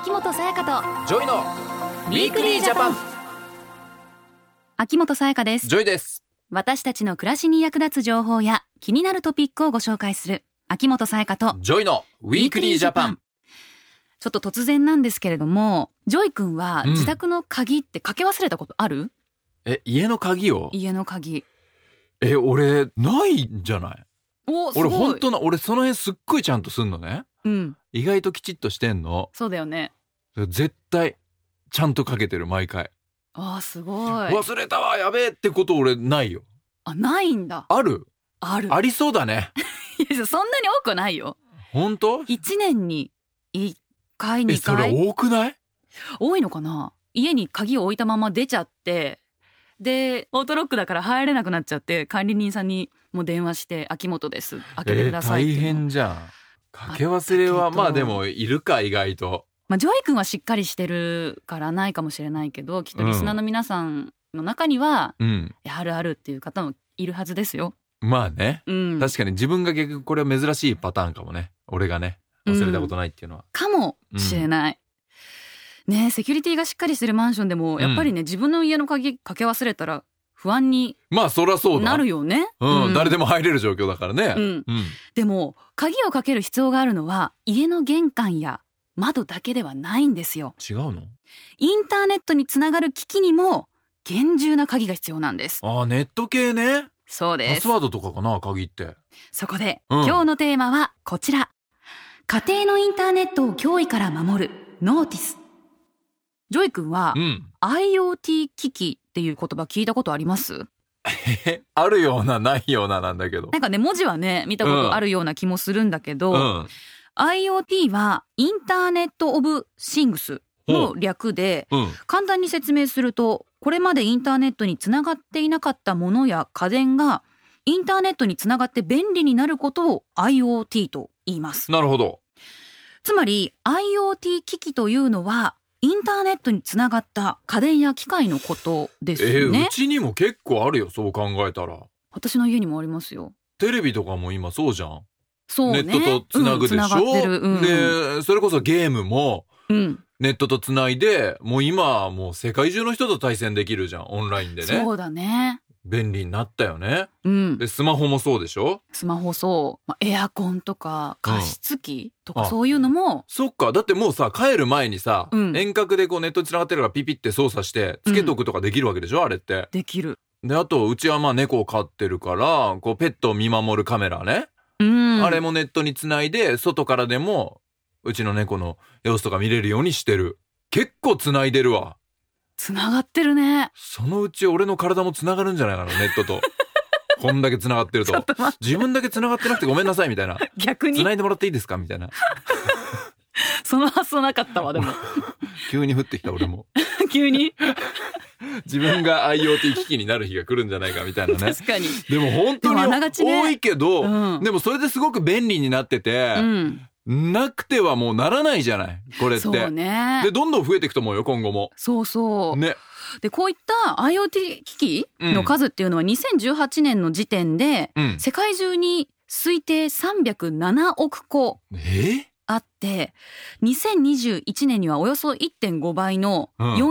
秋元才加とジョイのウィークリージャパン。 秋元才加です。 ジョイです。 私たちの暮らしに役立つ情報や気になるトピックをご紹介する秋元才加とジョイのウィークリージャパン。 ちょっと突然なんですけれども、ジョイ君は自宅の鍵ってかけ忘れたことある？ 家の鍵を？ 家の鍵。 俺ないんじゃない？ お、すごい。 俺本当な、俺その辺すっごいちゃんとすんのね。 うん。 意外ときちっとしてんの。 そうだよね。 絶対ちゃんとかけてる、毎回。 あー、すごい。 忘れたわ、やべえってこと俺ないよ。 あ、ないんだ。 ある？ ある。 ありそうだね。 いや、そんなに多くないよ。 本当 ？1年に1回2回。 それ多くない？ 多いのかな。家に鍵を置いたまま出ちゃって、でオートロックだから入れなくなっちゃって、管理人さんにもう電話して秋元です開けてくださいって大変じゃん。かけ忘れはまあでもいるか、意外と。 ジョイ君はしっかりしてるからないかもしれないけど、きっとリスナーの皆さんの中には、あるあるっていう方もいるはずですよ。 まあね、確かに自分が逆にこれは珍しいパターンかもね。俺がね忘れたことないっていうのは、 かもしれない、ね。セキュリティがしっかりしてるマンションでもやっぱりね、自分の家の鍵かけ忘れたら不安にまあそりゃそうだなるよね。 誰でも入れる状況だからね。 でも鍵をかける必要があるのは家の玄関や窓だけではないんですよ。 違うの？ インターネットにつながる機器にも厳重な鍵が必要なんです。 あ、ネット系ね。 そうです。 パスワードとかかな、鍵って。 そこで、今日のテーマはこちら。家庭のインターネットを脅威から守るノーティス。ジョイ君は、IoT 機器っていう言葉聞いたことあります？ あるようなないようななんだけど。 なんかね、文字はね見たことあるような気もするんだけど、IoT はインターネットオブシングスの略で、簡単に説明すると、これまでインターネットにつながっていなかったものや家電がインターネットにつながって便利になることを IoT と言います。 なるほど。 つまり IoT 機器というのはインターネットにつながった家電や機械のことですよね。 うちにも結構あるよ、そう考えたら。 私の家にもありますよ。 テレビとかも今そうじゃん。 そうね、 ネットとつなぐでしょ、でそれこそゲームもネットとつないで、もう今はもう世界中の人と対戦できるじゃん、オンラインでね。 そうだね。 便利になったよね。でスマホもそうでしょ。 スマホそう、エアコンとか加湿器とかそういうのも、 そっか。だってもうさ、帰る前にさ、遠隔でこうネットにつながってるからピピって操作してつけとくとかできるわけでしょ、あれって。 できる。 であとうちはまあ猫を飼ってるから、こうペットを見守るカメラね、あれもネットにつないで外からでもうちの猫の様子とか見れるようにしてる。結構つないでるわ。 つながってるね。 そのうち俺の体もつながるんじゃないかな、ネットと。こんだけつながってると。自分だけつながってなくてごめんなさいみたいな。 逆につないでもらっていいですかみたいな。 その発想なかったわ。でも急に降ってきた俺も。 急に自分が IoT 機器になる日が来るんじゃないかみたいなね。 確かに。 でも本当に多いけど、でもそれですごく便利になってて、なくてはもうならないじゃない、これって。 そうね。 でどんどん増えていくと思うよ、今後も。 そうそうね。 でこういった IoT 機器の数っていうのは2018年の時点で、世界中に推定307億個あって、2021年にはおよそ 1.5 倍の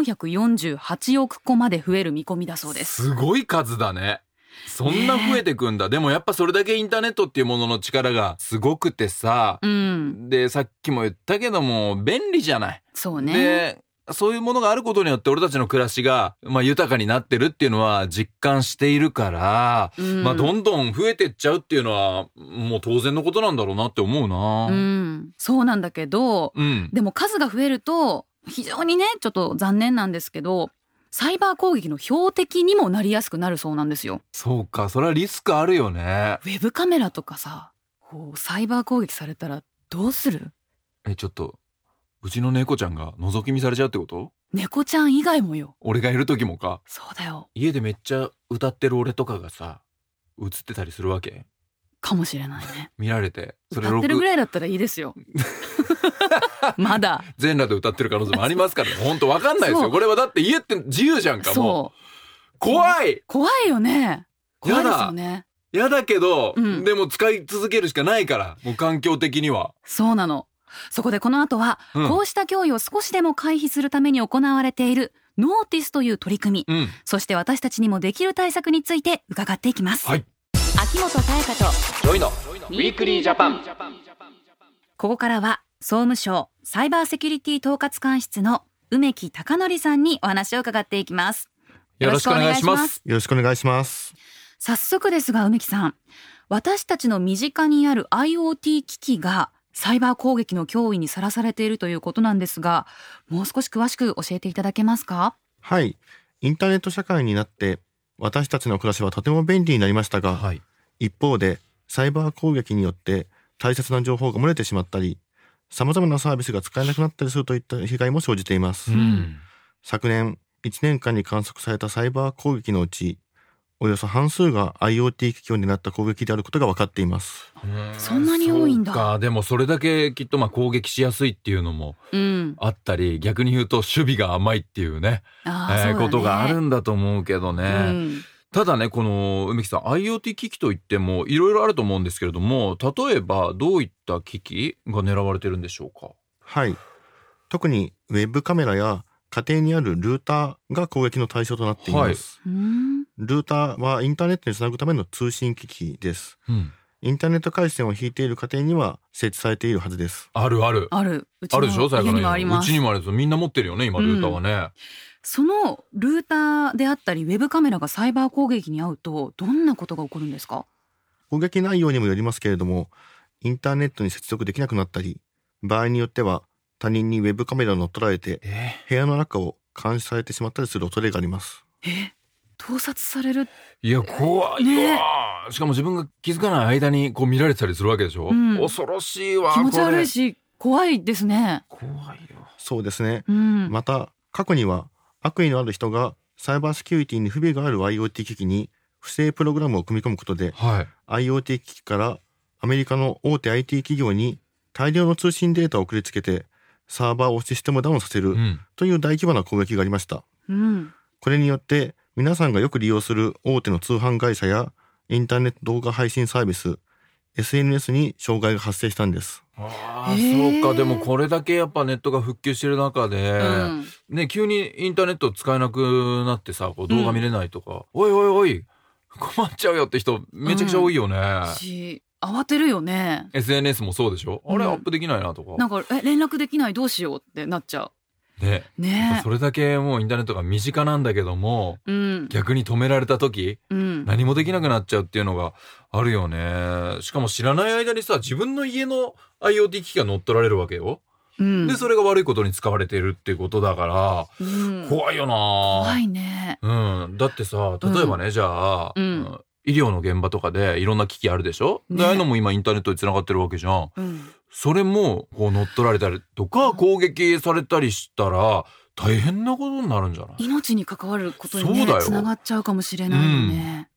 448億個まで増える見込みだそうです。 すごい数だね。そんな増えてくんだ。でもやっぱそれだけインターネットっていうものの力がすごくてさ、でさっきも言ったけども便利じゃない。 そうね。 でそういうものがあることによって俺たちの暮らしが、豊かになってるっていうのは実感しているから、どんどん増えてっちゃうっていうのはもう当然のことなんだろうなって思うな。 そうなんだけど、でも数が増えると非常にねちょっと残念なんですけど、サイバー攻撃の標的にもなりやすくなるそうなんですよ。 そうか、それはリスクあるよね。 ウェブカメラとかさ、サイバー攻撃されたらどうする？ ちょっとうちの猫ちゃんが覗き見されちゃうってこと？ 猫ちゃん以外もよ。 俺がいる時もか。 そうだよ。 家でめっちゃ歌ってる俺とかがさ映ってたりするわけかもしれないね。 見られて、 それ歌ってるぐらいだったらいいですよ。まだ全裸で歌ってる可能性もありますからね。本当わかんないですよ。これはだって家って自由じゃんか。もう怖いよね。怖いですよね。 やだけど、でも使い続けるしかないから、もう環境的には。 そうなの。 そこでこの後は、こうした脅威を少しでも回避するために行われているノーティスという取り組み、そして私たちにもできる対策について伺っていきます。 はい、 秋元彩香とジョイのウィークリージャパン。 ここからは総務省サイバーセキュリティ統括官室の梅木貴則さんにお話を伺っていきます。 よろしくお願いします。 よろしくお願いします。 早速ですが梅木さん、私たちの身近にある IoT 機器がサイバー攻撃の脅威にさらされているということなんですが、もう少し詳しく教えていただけますか？ はい、インターネット社会になって私たちの暮らしはとても便利になりましたが、一方でサイバー攻撃によって大切な情報が漏れてしまったり、様々なサービスが使えなくなったりするといった被害も生じています。昨年1年間に観測されたサイバー攻撃のうち、およそ半数が IoT 機器を狙った攻撃であることが分かっています。 そんなに多いんだ。 そうか。でもそれだけきっと攻撃しやすいっていうのもあったり、逆に言うと守備が甘いっていうね、ことがあるんだと思うけどね。ただね、この梅木さん、 IoT 機器といってもいろいろあると思うんですけれども、例えばどういった機器が狙われてるんでしょうか？ はい、特にウェブカメラや家庭にあるルーターが攻撃の対象となっています。ルーターはインターネットにつなぐための通信機器です。インターネット回線を引いている家庭には設置されているはずです。 ある。 うちの家にもあります。 うちにもある。みんな持ってるよね、今ルーターはね。 そのルーターであったりウェブカメラがサイバー攻撃に遭うとどんなことが起こるんですか？ 攻撃内容にもよりますけれども、インターネットに接続できなくなったり、場合によっては他人にウェブカメラを乗っ取られて部屋の中を監視されてしまったりする恐れがあります。 盗撮される。 いや、怖いわ、しかも自分が気づかない間にこう見られてたりするわけでしょ。恐ろしいわ。 気持ち悪いし怖いですね。 怖いよ。 そうですね。また過去には悪意のある人がサイバーセキュリティに不備がある IoT 機器に不正プログラムを組み込むことで、IoT 機器からアメリカの大手 IT 企業に大量の通信データを送りつけてサーバーをシステムダウンさせるという大規模な攻撃がありました。これによって皆さんがよく利用する大手の通販会社やインターネット動画配信サービス SNS に障害が発生したんです。 そうか。でもこれだけやっぱネットが復旧してる中で、急にインターネット使えなくなってさ、こう動画見れないとか、おい困っちゃうよって人めちゃくちゃ多いよね。 慌てるよね。 SNS もそうでしょ。あれアップできないなとか、 なんか連絡できない、どうしようってなっちゃうね。 それだけもうインターネットが身近なんだけども、逆に止められた時、何もできなくなっちゃうっていうのがあるよね。しかも知らない間にさ、自分の家の IoT 機器が乗っ取られるわけよ。でそれが悪いことに使われているっていうことだから、怖いよな。 怖いね。 だってさ、例えばね、じゃあ、医療の現場とかでいろんな機器あるでしょ、でああいうのも今インターネットでつながってるわけじゃん。それもこう乗っ取られたりとか攻撃されたりしたら大変なことになるんじゃない？命に関わることにね、つながっちゃうかもしれないよね。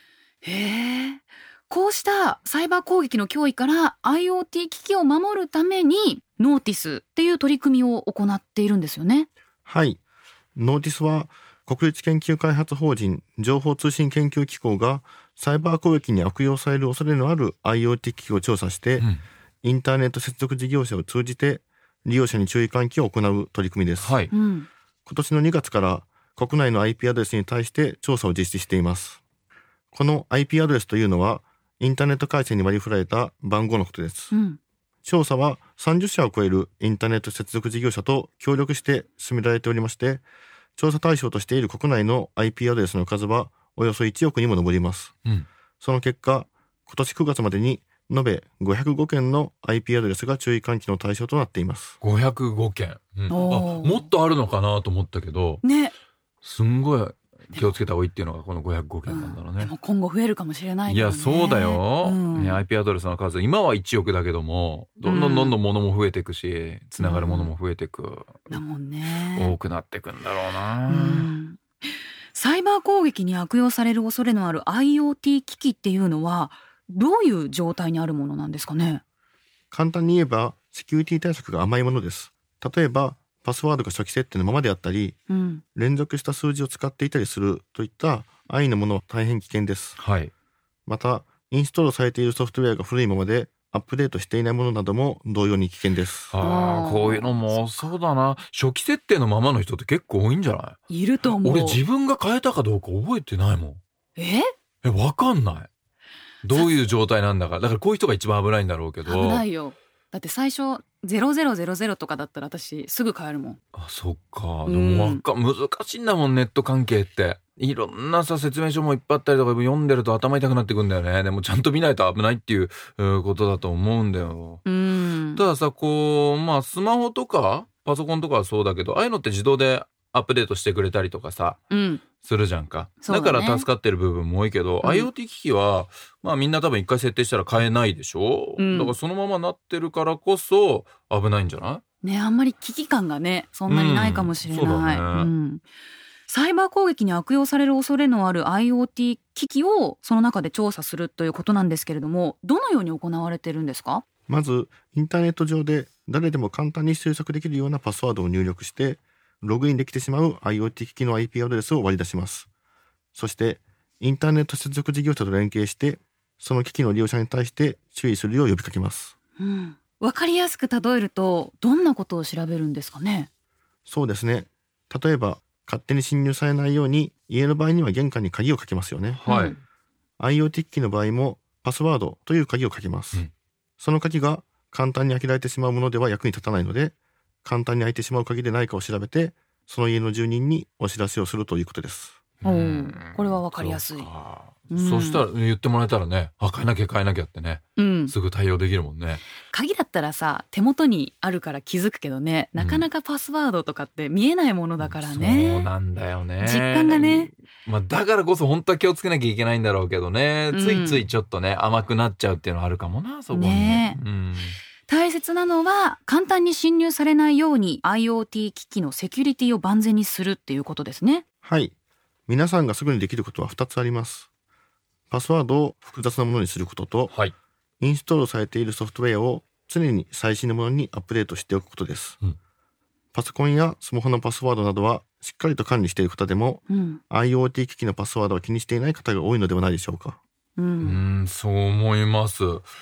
こうしたサイバー攻撃の脅威から IoT 機器を守るためにノーティスっていう取り組みを行っているんですよね。 はい、ノーティスは国立研究開発法人情報通信研究機構がサイバー攻撃に悪用される恐れのある IoT 機器を調査して、インターネット接続事業者を通じて利用者に注意喚起を行う取り組みです。今年の2月から国内の IP アドレスに対して調査を実施しています。この IP アドレスというのはインターネット回線に割り振られた番号のことです。調査は30社を超えるインターネット接続事業者と協力して進められておりまして、調査対象としている国内の IP アドレスの数はおよそ1億にも上ります。その結果、今年9月までに延べ505件の IP アドレスが注意喚起の対象となっています。 505件、もっとあるのかなと思ったけど、すんごい気をつけた方がいいっていうのがこの505件なんだろうね。 でも今後増えるかもしれないからね。 いやそうだよ、IP アドレスの数今は1億だけども、どんどん物も増えていくし、つながるものも増えていく、 だもんね。 多くなっていくんだろうな。 サイバー攻撃に悪用される恐れのある IoT 機器っていうのはどういう状態にあるものなんですかね？ 簡単に言えばセキュリティ対策が甘いものです。例えばパスワードが初期設定のままであったり、連続した数字を使っていたりするといった安易なものは大変危険です。またインストールされているソフトウェアが古いままでアップデートしていないものなども同様に危険です。 こういうのもそうだな、初期設定のままの人って結構多いんじゃない？ いると思う。 俺自分が変えたかどうか覚えてないもん。わかんない。どういう状態なんだか。だからこういう人が一番危ないんだろうけど。 危ないよ。だって最初0000とかだったら私すぐ変えるもん。 そっか。でも難しいんだもん、ネット関係って。いろんなさ説明書もいっぱいあったりとか読んでると頭痛くなってくんだよね。でもちゃんと見ないと危ないっていうことだと思うんだよ。たださ、スマホとかパソコンとかはそうだけど、ああいうのって自動でアップデートしてくれたりとかさ、するじゃんか。だから助かってる部分も多いけど、IoT 機器はみんな多分一回設定したら変えないでしょ。だからそのままなってるからこそ危ないんじゃないね。あんまり危機感がねそんなにないかもしれない。 そうだね。 サイバー攻撃に悪用される恐れのある IoT 機器をその中で調査するということなんですけれども、どのように行われてるんですか？ まずインターネット上で誰でも簡単に推測できるようなパスワードを入力してログインできてしまう IoT 機器の IP アドレスを割り出します。そしてインターネット接続事業者と連携してその機器の利用者に対して注意するよう呼びかけます。 わかりやすく例えるとどんなことを調べるんですかね？ そうですね。例えば勝手に侵入されないように家の場合には玄関に鍵をかけますよね。IoT 機器の場合もパスワードという鍵をかけます。その鍵が簡単に開けられてしまうものでは役に立たないので、簡単に開いてしまう鍵でないかを調べてその家の住人にお知らせをするということです。 これはわかりやすい。 そしたら言ってもらえたらね、変えなきゃってね、すぐ対応できるもんね。 鍵だったらさ手元にあるから気づくけどね、なかなかパスワードとかって見えないものだからね。 そうなんだよね。 実感がね。 だからこそ本当は気をつけなきゃいけないんだろうけどね、ついついちょっとね甘くなっちゃうっていうのはあるかもな、そこにね。 大切なのは簡単に侵入されないように IoT 機器のセキュリティを万全にするっていうことですね。 はい。皆さんがすぐにできることは2つあります。パスワードを複雑なものにすることと、インストールされているソフトウェアを常に最新のものにアップデートしておくことです。パソコンやスマホのパスワードなどはしっかりと管理している方でも、IoT 機器のパスワードを気にしていない方が多いのではないでしょうか。 そう思います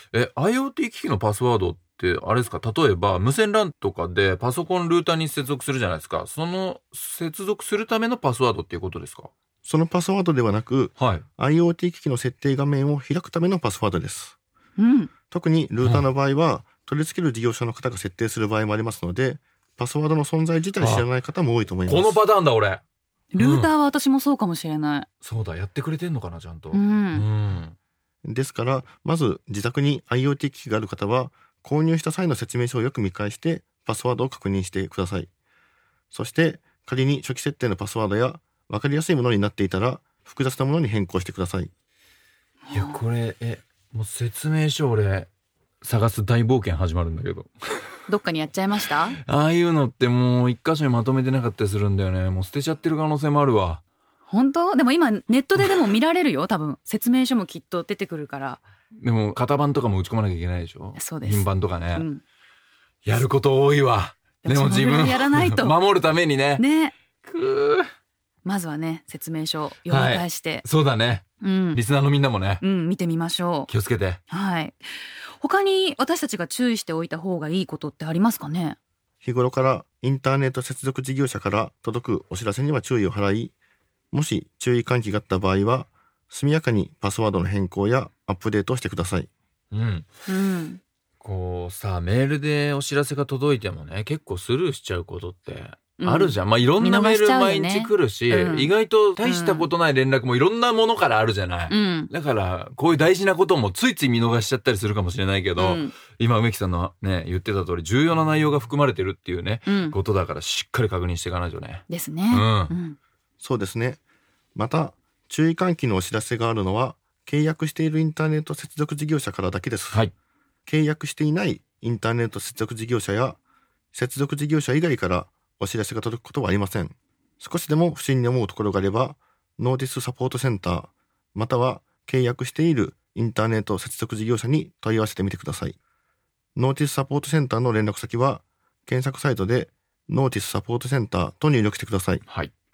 。IoT 機器のパスワードってあれですか？例えば無線 LAN とかでパソコンルーターに接続するじゃないですか。その接続するためのパスワードっていうことですか？ そのパスワードではなく、IoT 機器の設定画面を開くためのパスワードです。特にルーターの場合は、取り付ける事業者の方が設定する場合もありますので、パスワードの存在自体知らない方も多いと思います。 このパターンだ俺。 ルーターは私もそうかもしれない。 そうだ、やってくれてんのかなちゃんと。 ですからまず自宅に IoT 機器がある方は購入した際の説明書をよく見返してパスワードを確認してください。そして仮に初期設定のパスワードや分かりやすいものになっていたら複雑なものに変更してください。 いやこれもう説明書俺探す大冒険始まるんだけどどっかにやっちゃいました？ ああいうのってもう一箇所にまとめてなかったりするんだよね。もう捨てちゃってる可能性もあるわ。 本当？でも今ネットででも見られるよ多分説明書もきっと出てくるから。 でも型番とかも打ち込まなきゃいけないでしょ。 そうです。 品番とかね、やること多いわ。でも自分やらないと守るためにね。 まずはね説明書読み返して、 そうだね、リスナーのみんなもね、 見てみましょう。 気をつけて。 他に私たちが注意しておいた方がいいことってありますかね？ 日頃からインターネット接続事業者から届くお知らせには注意を払い、もし注意喚起があった場合は速やかにパスワードの変更やアップデートをしてください。 こうさメールでお知らせが届いてもね結構スルーしちゃうことってあるじゃん。いろんなメール毎日来るし、意外と大したことない連絡もいろんなものからあるじゃない、だからこういう大事なこともついつい見逃しちゃったりするかもしれないけど、今梅木さんのね言ってた通り重要な内容が含まれてるっていうね、ことだからしっかり確認していかないとね。 ですね。 そうですね。また注意喚起のお知らせがあるのは契約しているインターネット接続事業者からだけです。契約していないインターネット接続事業者や接続事業者以外からお知らせが届くことはありません。少しでも不審に思うところがあればノーティスサポートセンターまたは契約しているインターネット接続事業者に問い合わせてみてください。ノーティスサポートセンターの連絡先は検索サイトでノーティスサポートセンターと入力してください。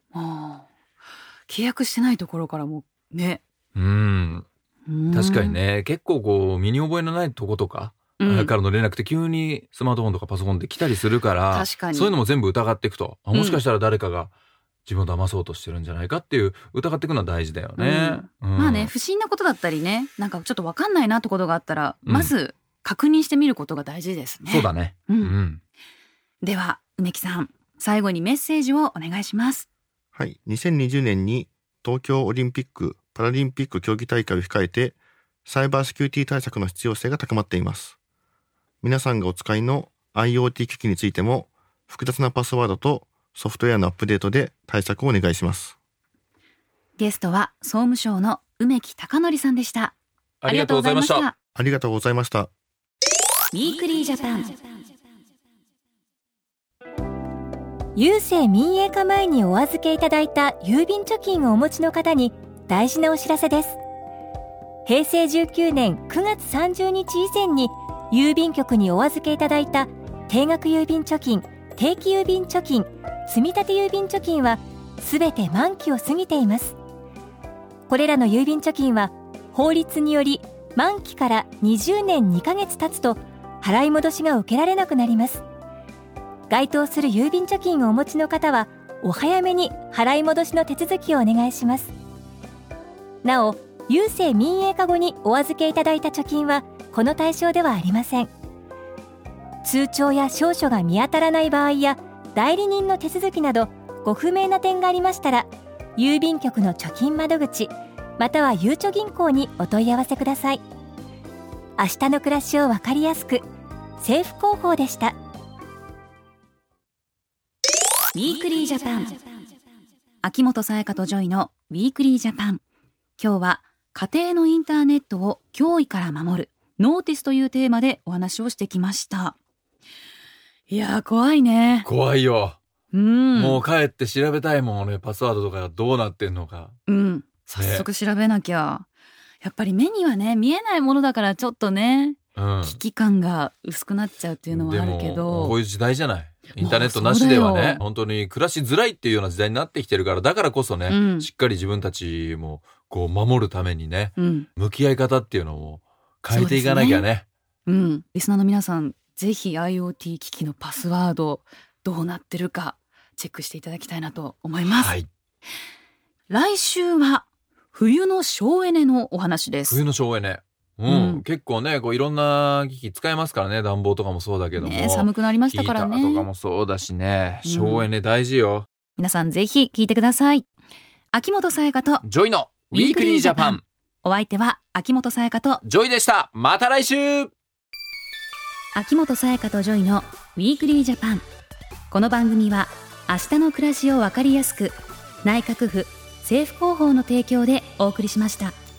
契約してないところからもね。 確かにね結構こう身に覚えのないとことかからの連絡って急にスマートフォンとかパソコンで来たりするから、 確かにそういうのも全部疑っていくと、もしかしたら誰かが自分を騙そうとしてるんじゃないかっていう疑っていくのは大事だよね。 まあね、不審なことだったりね、なんかちょっと分かんないなってことがあったら、まず確認してみることが大事ですね。 そうだね。 では梅木さん、最後にメッセージをお願いします。 はい、2020年に東京オリンピック・パラリンピック競技大会を控えて、サイバーセキュリティ対策の必要性が高まっています。皆さんがお使いの IoT 機器についても、複雑なパスワードとソフトウェアのアップデートで対策をお願いします。 ゲストは総務省の梅木貴則さんでした。 ありがとうございました。 ありがとうございました。 ウィークリージャパン。 郵政民営化前にお預けいただいた郵便貯金をお持ちの方に大事なお知らせです。平成19年9月30日以前に郵便局にお預けいただいた定額郵便貯金、定期郵便貯金、積立郵便貯金はすべて満期を過ぎています。これらの郵便貯金は法律により満期から20年2ヶ月経つと払い戻しが受けられなくなります。該当する郵便貯金をお持ちの方はお早めに払い戻しの手続きをお願いします。なお、郵政民営化後にお預けいただいた貯金はこの対象ではありません。通帳や証書が見当たらない場合や代理人の手続きなどご不明な点がありましたら、郵便局の貯金窓口またはゆうちょ銀行にお問い合わせください。明日の暮らしをわかりやすく、政府広報でした。 ウィークリージャパン。秋元才加とジョイのウィークリージャパン。今日は家庭のインターネットを脅威から守るノーティスというテーマでお話をしてきました。いやー、怖いね。 怖いよ。もう帰って調べたいもんね。パスワードとかどうなってんのか。 早速調べなきゃ。やっぱり目にはね見えないものだからちょっとね、危機感が薄くなっちゃうっていうのはあるけど、 でもこういう時代じゃない。インターネットなしではね、本当に暮らしづらいっていうような時代になってきてるから、だからこそね、しっかり自分たちもこう守るためにね、向き合い方っていうのを変えていかなきゃね。 リスナーの皆さん、ぜひ IoT 機器のパスワードどうなってるかチェックしていただきたいなと思います。来週は冬の省エネのお話です。 冬の省エネ。結構ね、こういろんな機器使えますからね。暖房とかもそうだけども、 寒くなりましたからね。 ヒーターとかもそうだしね、省エネ大事よ。 皆さんぜひ聞いてください。秋元才加とジョイのウィークリージャパン。 お相手は秋元才加とジョイでした。また来週。 秋元才加とジョイのウィークリージャパン。この番組は明日の暮らしをわかりやすく、内閣府政府広報の提供でお送りしました。